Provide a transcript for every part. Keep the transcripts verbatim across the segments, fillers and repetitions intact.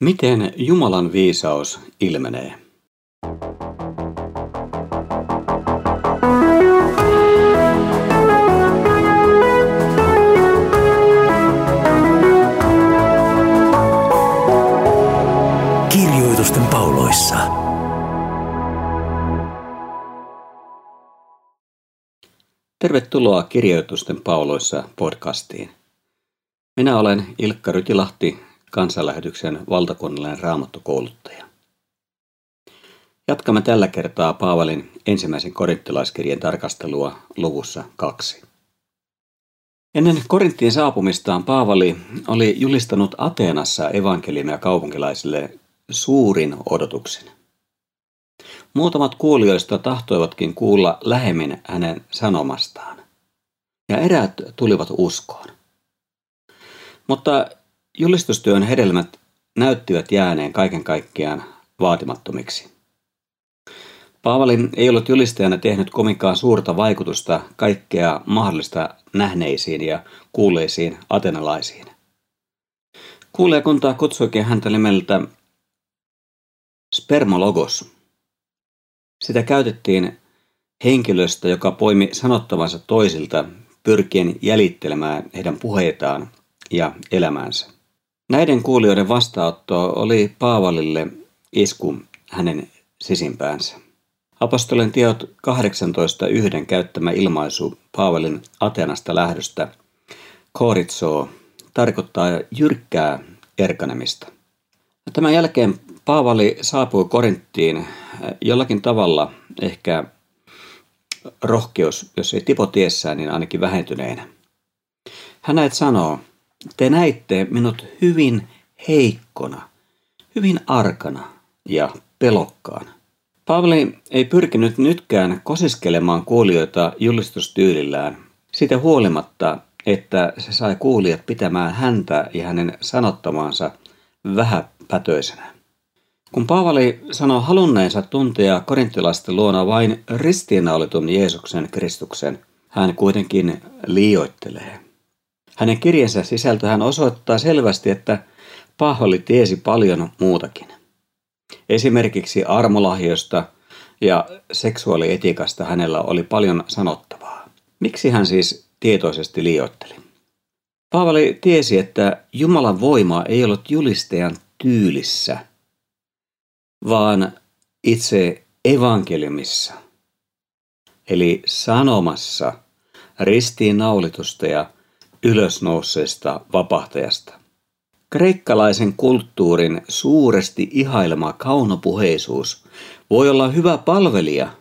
Miten Jumalan viisaus ilmenee? Kirjoitusten pauloissa. Tervetuloa Kirjoitusten pauloissa podcastiin. Minä olen Ilkka Rytilahti, Kansanlähetyksen valtakunnallinen raamattukouluttaja. Jatkamme tällä kertaa Paavalin ensimmäisen korinttilaiskirjeen tarkastelua luvussa kaksi. Ennen Korinttiin saapumistaan Paavali oli julistanut Ateenassa evankeliumia kaupunkilaisille suurin odotuksin. Muutamat kuulijoista tahtoivatkin kuulla lähemmin hänen sanomastaan, ja eräät tulivat uskoon. Mutta julistustyön hedelmät näyttivät jääneen kaiken kaikkiaan vaatimattomiksi. Paavali ei ollut julistajana tehnyt kovinkaan suurta vaikutusta kaikkea mahdollista nähneisiin ja kuulleisiin atenalaisiin. Kuulijakunta kutsuikin häntä nimeltä spermologos. Sitä käytettiin henkilöstä, joka poimi sanottavansa toisilta pyrkien jäljittelemään heidän puheitaan ja elämäänsä. Näiden kuulijoiden vastaanotto oli Paavalille isku hänen sisimpäänsä. Apostolien teot kahdeksantoista yksi käyttämä ilmaisu Paavalin Ateenasta lähdöstä koritsoo tarkoittaa jyrkkää erkanemista. Tämän jälkeen Paavali saapui Korinttiin jollakin tavalla, ehkä rohkeus, jos ei tipotiessään, niin ainakin vähentyneenä. Hän näet sanoo, te näitte minut hyvin heikkona, hyvin arkana ja pelokkaana. Paavali ei pyrkinyt nytkään kosiskelemaan kuulijoita julistustyylillään, siitä huolimatta, että se sai kuulijat pitämään häntä ja hänen sanottamaansa vähäpätöisenä. Kun Paavali sanoo halunneensa tuntea korinttilaisten luona vain ristiinnaulitun Jeesuksen Kristuksen, hän kuitenkin liioittelee. Hänen kirjensä sisältö hän osoittaa selvästi, että Paavali tiesi paljon muutakin. Esimerkiksi armolahjoista ja seksuaalietiikasta hänellä oli paljon sanottavaa. Miksi hän siis tietoisesti liioitteli? Paavali tiesi, että Jumalan voima ei ollut julistajan tyylissä, vaan itse evankeliumissa, eli sanomassa ristiinnaulitusta ja ylösnouseesta vapahtajasta. Kreikkalaisen kulttuurin suuresti ihailema kaunopuheisuus voi olla hyvä palvelija,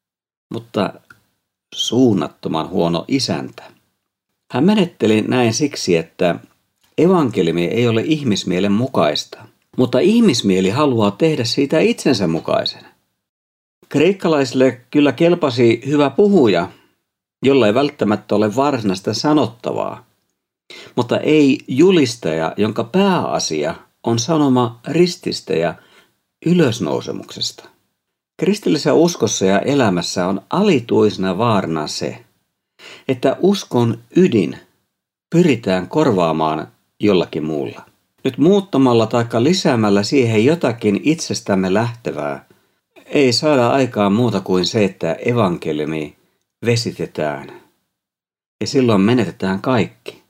mutta suunnattoman huono isäntä. Hän menetteli näin siksi, että evankeliumi ei ole ihmismielen mukaista, mutta ihmismieli haluaa tehdä siitä itsensä mukaisen. Kreikkalaisille kyllä kelpasi hyvä puhuja, jolla ei välttämättä ole varsinaista sanottavaa, mutta ei julistaja, jonka pääasia on sanoma rististä ja ylösnousemuksesta. Kristillisessä uskossa ja elämässä on alituisena vaarana se, että uskon ydin pyritään korvaamaan jollakin muulla. Nyt muuttamalla tai lisäämällä siihen jotakin itsestämme lähtevää ei saada aikaan muuta kuin se, että evankeliumi vesitetään ja silloin menetetään kaikki.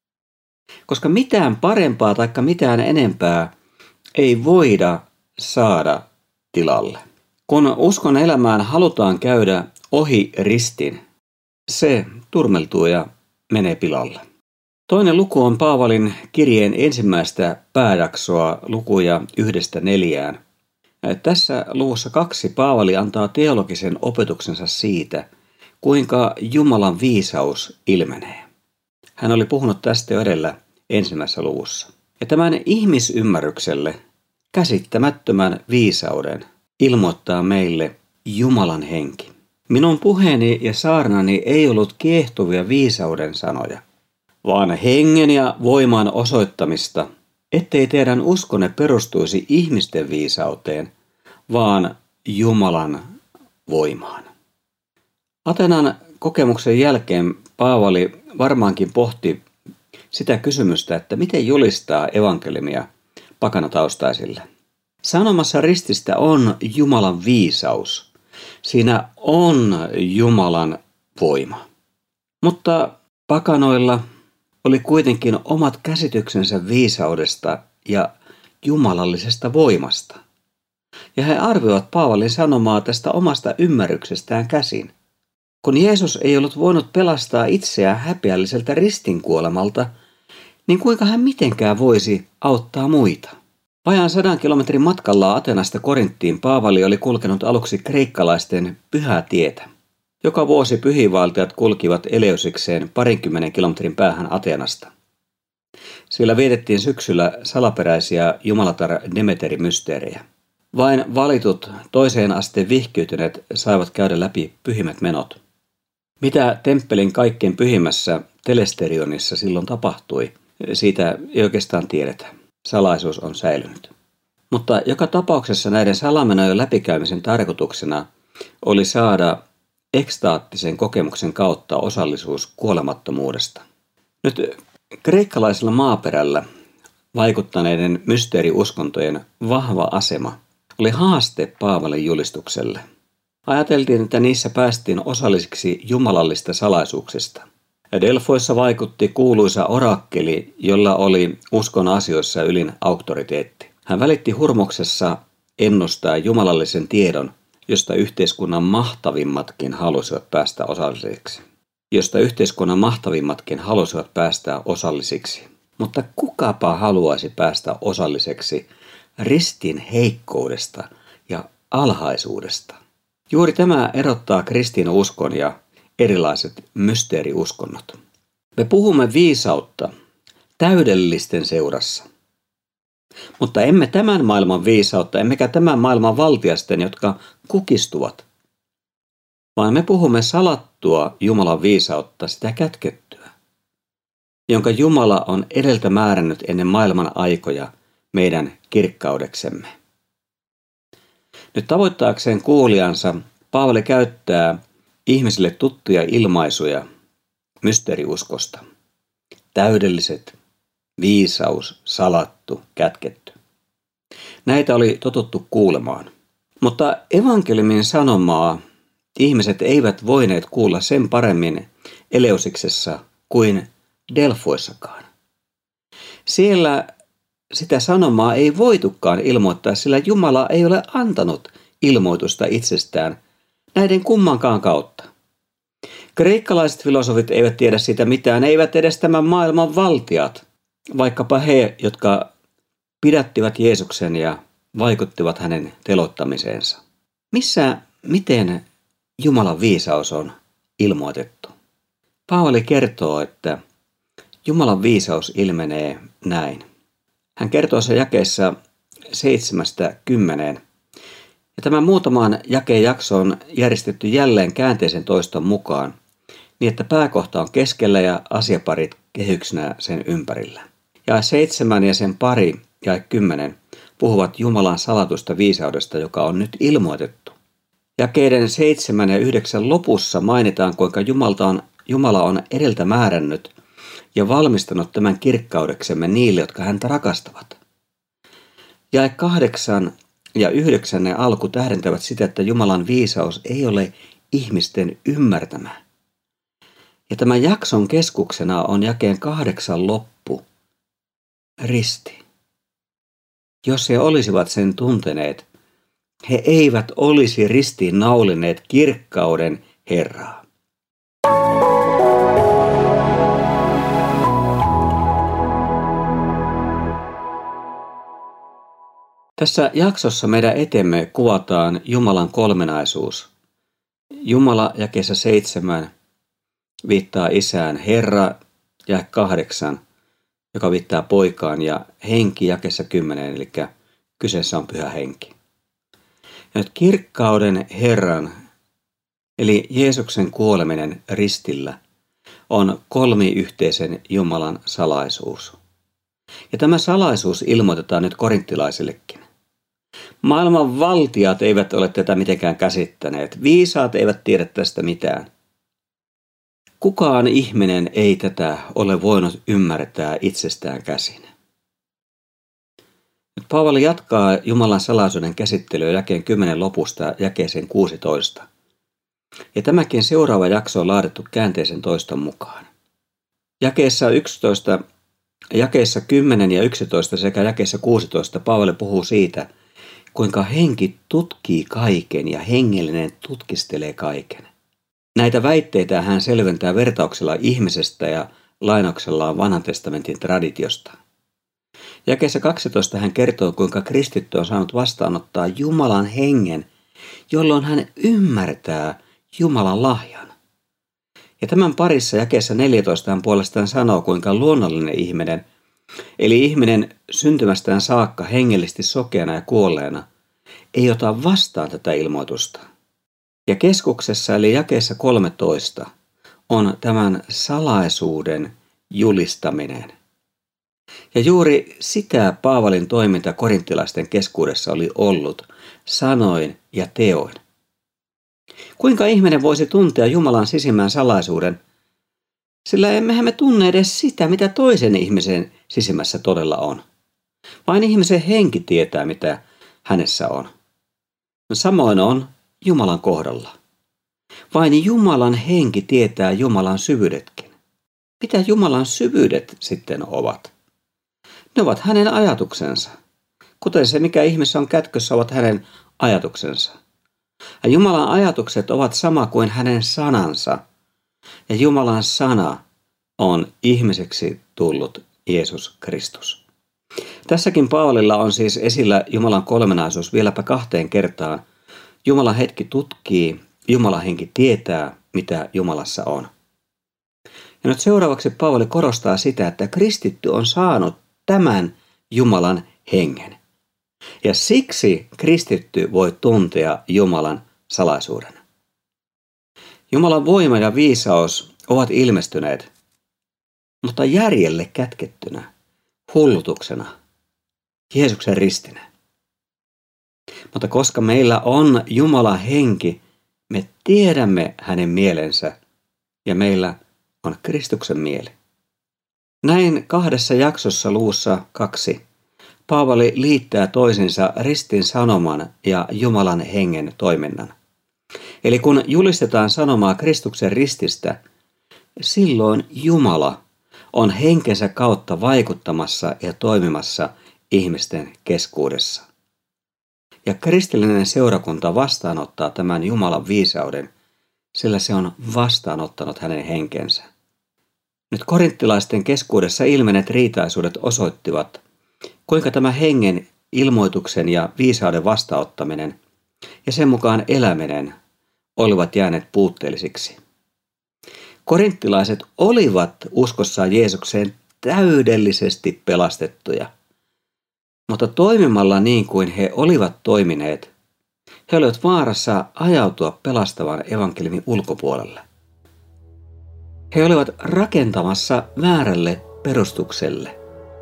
Koska mitään parempaa tai mitään enempää ei voida saada tilalle. Kun uskon elämään halutaan käydä ohi ristin, se turmeltuu ja menee pilalle. Toinen luku on Paavalin kirjeen ensimmäistä pääjaksoa, lukuja yhdestä neljään. Tässä luvussa kaksi Paavali antaa teologisen opetuksensa siitä, kuinka Jumalan viisaus ilmenee. Hän oli puhunut tästä jo edellä ensimmäisessä luvussa. Ja tämän ihmisymmärrykselle käsittämättömän viisauden ilmoittaa meille Jumalan henki. Minun puheeni ja saarnani ei ollut kiehtovia viisauden sanoja, vaan hengen ja voiman osoittamista, ettei teidän uskonne perustuisi ihmisten viisauteen, vaan Jumalan voimaan. Atenan kokemuksen jälkeen Paavali varmaankin pohti sitä kysymystä, että miten julistaa evankeliumia pakanataustaisille. Sanomassa rististä on Jumalan viisaus. Siinä on Jumalan voima. Mutta pakanoilla oli kuitenkin omat käsityksensä viisaudesta ja jumalallisesta voimasta. Ja he arvioivat Paavalin sanomaa tästä omasta ymmärryksestään käsin. Kun Jeesus ei ollut voinut pelastaa itseään häpeälliseltä ristinkuolemalta, niin kuinka hän mitenkään voisi auttaa muita? Vajaan sadan kilometrin matkalla Atenasta Korinttiin Paavali oli kulkenut aluksi kreikkalaisten pyhää tietä. Joka vuosi pyhiinvaeltajat kulkivat Eleusikseen parinkymmenen kilometrin päähän Atenasta. Siellä vietettiin syksyllä salaperäisiä jumalatar Demeteri-mysteerejä. Vain valitut toiseen asteen vihkiytyneet saivat käydä läpi pyhimmät menot. Mitä temppelin kaikkein pyhimmässä Telesterionissa silloin tapahtui, siitä ei oikeastaan tiedetä. Salaisuus on säilynyt. Mutta joka tapauksessa näiden salamenojen läpikäymisen tarkoituksena oli saada ekstaattisen kokemuksen kautta osallisuus kuolemattomuudesta. Nyt kreikkalaisella maaperällä vaikuttaneiden mysteeriuskontojen vahva asema oli haaste Paavalin julistukselle. Ajateltiin, että niissä päästiin osallisiksi jumalallista salaisuuksista. Delfoissa vaikutti kuuluisa orakkeli, jolla oli uskon asioissa ylin auktoriteetti. Hän välitti hurmoksessa ennustaa jumalallisen tiedon, josta yhteiskunnan mahtavimmatkin halusivat päästä osallisiksi. Josta yhteiskunnan mahtavimmatkin halusivat päästä osallisiksi. Mutta kukapa haluaisi päästä osalliseksi ristin heikkoudesta ja alhaisuudesta? Juuri tämä erottaa kristinuskon ja erilaiset mysteeriuskonnot. Me puhumme viisautta täydellisten seurassa. Mutta emme tämän maailman viisautta, emmekä tämän maailman valtiasten, jotka kukistuvat, vaan me puhumme salattua Jumalan viisautta, sitä kätkettyä, jonka Jumala on edeltä määrännyt ennen maailman aikoja meidän kirkkaudeksemme. Nyt tavoittaakseen kuulijansa Paavali käyttää ihmisille tuttuja ilmaisuja mysteeriuskosta. Täydelliset, viisaus, salattu, kätketty. Näitä oli totuttu kuulemaan. Mutta evankeliumin sanomaa ihmiset eivät voineet kuulla sen paremmin Eleusiksessa kuin Delfoissakaan. Siellä sitä sanomaa ei voitukaan ilmoittaa, sillä Jumala ei ole antanut ilmoitusta itsestään näiden kummankaan kautta. Kreikkalaiset filosofit eivät tiedä siitä mitään, eivät edes tämän maailman valtiat, vaikkapa he, jotka pidättivät Jeesuksen ja vaikuttivat hänen teloittamiseensa. Missä, miten Jumalan viisaus on ilmoitettu? Paavali kertoo, että Jumalan viisaus ilmenee näin. Hän kertoo se jakeessa seitsemästä kymmeneen. Ja tämä muutaman jakeen jakso on järjestetty jälleen käänteisen toiston mukaan, niin että pääkohta on keskellä ja asiaparit kehyksenä sen ympärillä. Ja seitsemän ja sen pari ja kymmenen puhuvat Jumalan salatusta viisaudesta, joka on nyt ilmoitettu. Jakeiden seitsemän ja yhdeksän lopussa mainitaan, kuinka Jumalta on, Jumala on edeltä määrännyt ja valmistanut tämän kirkkaudeksemme niille, jotka häntä rakastavat. Jae kahdeksan ja yhdeksännen alku tähdentävät sitä, että Jumalan viisaus ei ole ihmisten ymmärtämä. Ja tämän jakson keskuksena on jakeen kahdeksan loppu, risti. Jos he olisivat sen tunteneet, he eivät olisi ristiin naulineet kirkkauden Herraa. Tässä jaksossa meidän etemme kuvataan Jumalan kolminaisuus. Jumala jakeessa seitsemän viittaa isään, Herra ja kahdeksan, joka viittaa poikaan, ja henki jakeessa kymmenen, eli kyseessä on pyhä henki. Ja nyt kirkkauden Herran, eli Jeesuksen kuoleminen ristillä, on kolmiyhteisen Jumalan salaisuus. Ja tämä salaisuus ilmoitetaan nyt korinttilaisillekin. Maailman valtiat eivät ole tätä mitenkään käsittäneet. Viisaat eivät tiedä tästä mitään. Kukaan ihminen ei tätä ole voinut ymmärtää itsestään käsin. Paavali jatkaa Jumalan salaisuuden käsittelyä jakeen kymmenen lopusta jakeeseen kuusitoista. Ja tämäkin seuraava jakso on laadittu käänteisen toiston mukaan. Jakeessa yksitoista, jakeessa kymmenen ja yksitoista sekä jakeessa kuusitoista Paavali puhuu siitä, kuinka henki tutkii kaiken ja hengellinen tutkistelee kaiken. Näitä väitteitä hän selventää vertauksella ihmisestä ja lainauksellaan vanhan testamentin traditiosta. Jakeessa kaksitoista hän kertoo, kuinka kristitty on saanut vastaanottaa Jumalan hengen, jolloin hän ymmärtää Jumalan lahjan. Ja tämän parissa jakeessa neljätoista hän puolestaan sanoo, kuinka luonnollinen ihminen, eli ihminen syntymästään saakka hengellisesti sokeana ja kuolleena, ei ota vastaan tätä ilmoitusta. Ja keskuksessa eli jakeessa kolmetoista on tämän salaisuuden julistaminen. Ja juuri sitä Paavalin toiminta korinttilaisten keskuudessa oli ollut sanoin ja teoin. Kuinka ihminen voisi tuntea Jumalan sisimmän salaisuuden, sillä emmehän me tunne edes sitä, mitä toisen ihmisen sisimmässä todella on. Vain ihmisen henki tietää, mitä hänessä on. Samoin on Jumalan kohdalla. Vain Jumalan henki tietää Jumalan syvyydetkin. Mitä Jumalan syvyydet sitten ovat? Ne ovat hänen ajatuksensa. Kuten se, mikä ihmisessä on kätkössä, ovat hänen ajatuksensa. Ja Jumalan ajatukset ovat sama kuin hänen sanansa. Ja Jumalan sana on ihmiseksi tullut Jeesus Kristus. Tässäkin Paavalilla on siis esillä Jumalan kolminaisuus vieläpä kahteen kertaan. Jumalan hetki tutkii, Jumalan henki tietää, mitä Jumalassa on. Ja nyt seuraavaksi Paavali korostaa sitä, että kristitty on saanut tämän Jumalan hengen. Ja siksi kristitty voi tuntea Jumalan salaisuuden. Jumalan voima ja viisaus ovat ilmestyneet, mutta järjelle kätkettynä, hullutuksena, Jeesuksen ristinä. Mutta koska meillä on Jumalan henki, me tiedämme hänen mielensä ja meillä on Kristuksen mieli. Näin kahdessa jaksossa luvussa kaksi Paavali liittää toisinsa ristin sanoman ja Jumalan hengen toiminnan. Eli kun julistetaan sanomaa Kristuksen rististä, silloin Jumala on henkensä kautta vaikuttamassa ja toimimassa ihmisten keskuudessa. Ja kristillinen seurakunta vastaanottaa tämän Jumalan viisauden, sillä se on vastaanottanut hänen henkensä. Nyt korinttilaisten keskuudessa ilmenet riitaisuudet osoittivat, kuinka tämä hengen ilmoituksen ja viisauden vastaanottaminen ja sen mukaan eläminen olivat jääneet puutteellisiksi. Korinttilaiset olivat uskossaan Jeesukseen täydellisesti pelastettuja, mutta toimimalla niin kuin he olivat toimineet, he olivat vaarassa ajautua pelastavan evankeliumin ulkopuolelle. He olivat rakentamassa väärälle perustukselle.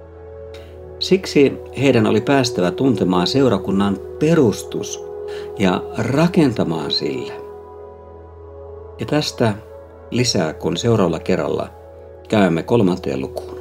Siksi heidän oli päästävä tuntemaan seurakunnan perustus ja rakentamaan sillä. Ja tästä lisää, kun seuraavalla kerralla käymme kolmanteen lukuun.